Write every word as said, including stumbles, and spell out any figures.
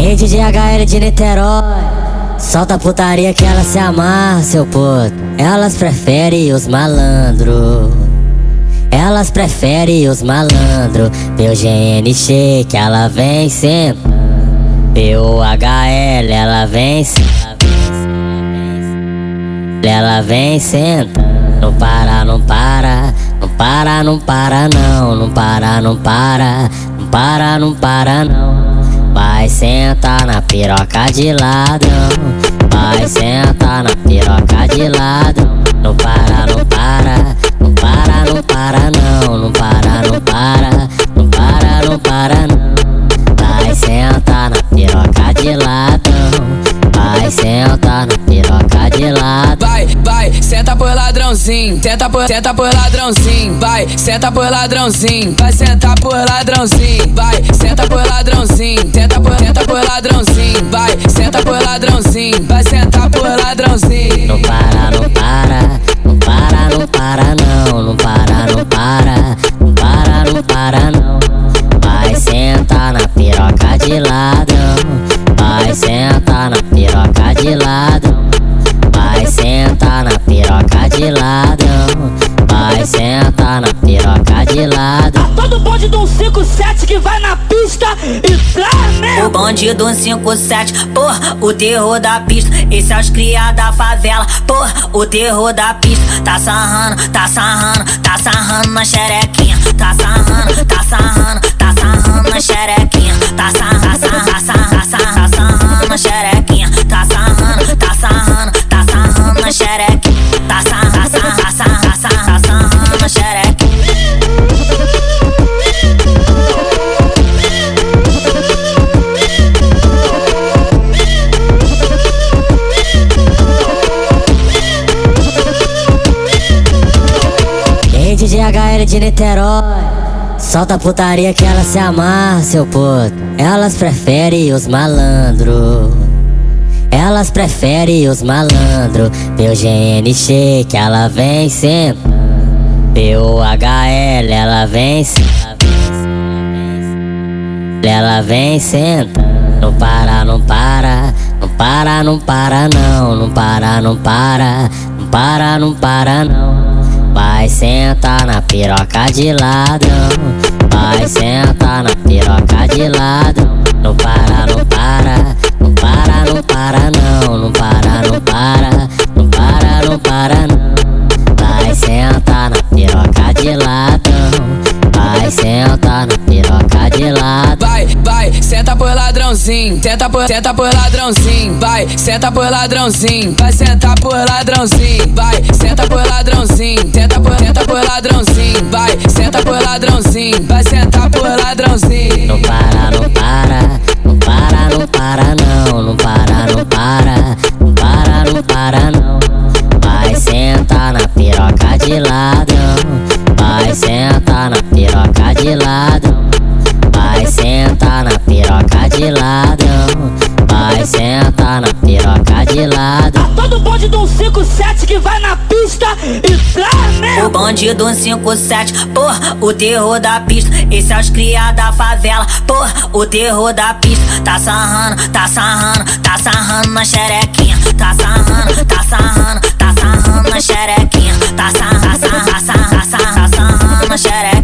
Ei, D J H L de Niterói, solta a putaria que ela se amarra, seu puto. Elas preferem os malandros, elas preferem os malandros. Meu G N Shake, ela vem sempre. P O H L, ela vem sempre. Ela vem senta, não para, não para, não para, não para não, não para, não para, não para, não para não. Vai sentar na piroca de ladrão, vai sentar na piroca de ladrão. Não para, não para, não para, não para não, não para, não para, não para, não para não. Vai sentar na piroca de ladrão, vai sentar na piroca de ladrão. Vai, vai, senta por ladrãozinho, senta por, senta por ladrãozinho. Vai, senta por ladrãozinho, vai sentar por ladrãozinho. Vai, senta por ladrãozinho, senta por, senta por ladrãozinho. Vai, senta por ladrãozinho, vai sentar por ladrãozinho. Não para, não para, não para, não para não, não para, não para, não para, não para não. Vai sentar na piroca de ladrão, vai sentar na piroca de ladrão. Vai sentar na piroca de ladrão, vai sentar na piroca de ladrão. Tá todo bonde do cento e cinquenta e sete que vai na pista e Flamengo. O bonde do cento e cinquenta e sete, porra, o terror da pista. Esse é os cria da favela, porra, o terror da pista. Tá sarrando, tá sarrando, tá sarrando na xerequinha. Tá sarrando, tá sarrando, tá sarrando na xerequinha. Tá sarrando, tá sarrando, tá sarrando, tá sarrando na xerequinha. Tá sarrando, tá sarrando, tá sarrando na xerequinha. Tá sarrando, tá sarrando, tá sarrando, tá sarrando na xerequinha. Ei, D J H L de Niterói, solta a putaria que ela se amarra, seu puto. Elas preferem os malandros, elas preferem os malandros. Meu G N Shake, ela vem sempre. P O H L, ela vem sempre. Ela vem senta, não para, não para, não para, não para não, não para, não para, não para, não para não. Vai sentar na piroca de ladrão, vai sentar na piroca de ladrão. Não para, não para, não para, não para não, não para, não para, não para, não para não. Vai sentar na piroca de ladrão, vai sentar na piroca de ladrão. Vai, vai, senta por ladrãozinho, senta por, senta por ladrãozinho. Vai, senta por ladrãozinho, vai sentar por ladrãozinho. Vai, senta por ladrãozinho, senta por, senta por ladrãozinho. Vai, senta por ladrãozinho, vai sentar por ladrãozinho. Não para, não para, não para, não para não, não para, não para, não para, não para não. Vai sentar na piroca de ladrão, vai sentar na piroca de ladrão. Vai sentar na piroca de ladrão, vai sentar na piroca de ladrão. Tá todo bonde do cento e cinquenta e sete que vai na pista e Flamengo. O bonde do cento e cinquenta e sete, porra, o terror da pista. Esse é os cria da favela, porra, o terror da pista. Tá sarrando, tá sarrando, tá sarrando na xerequinha. Tá sarrando, tá sarrando, tá sarrando na xerequinha. Tá sarrando, tá sarrando, tá sarrando, tá sarrando na xerequinha.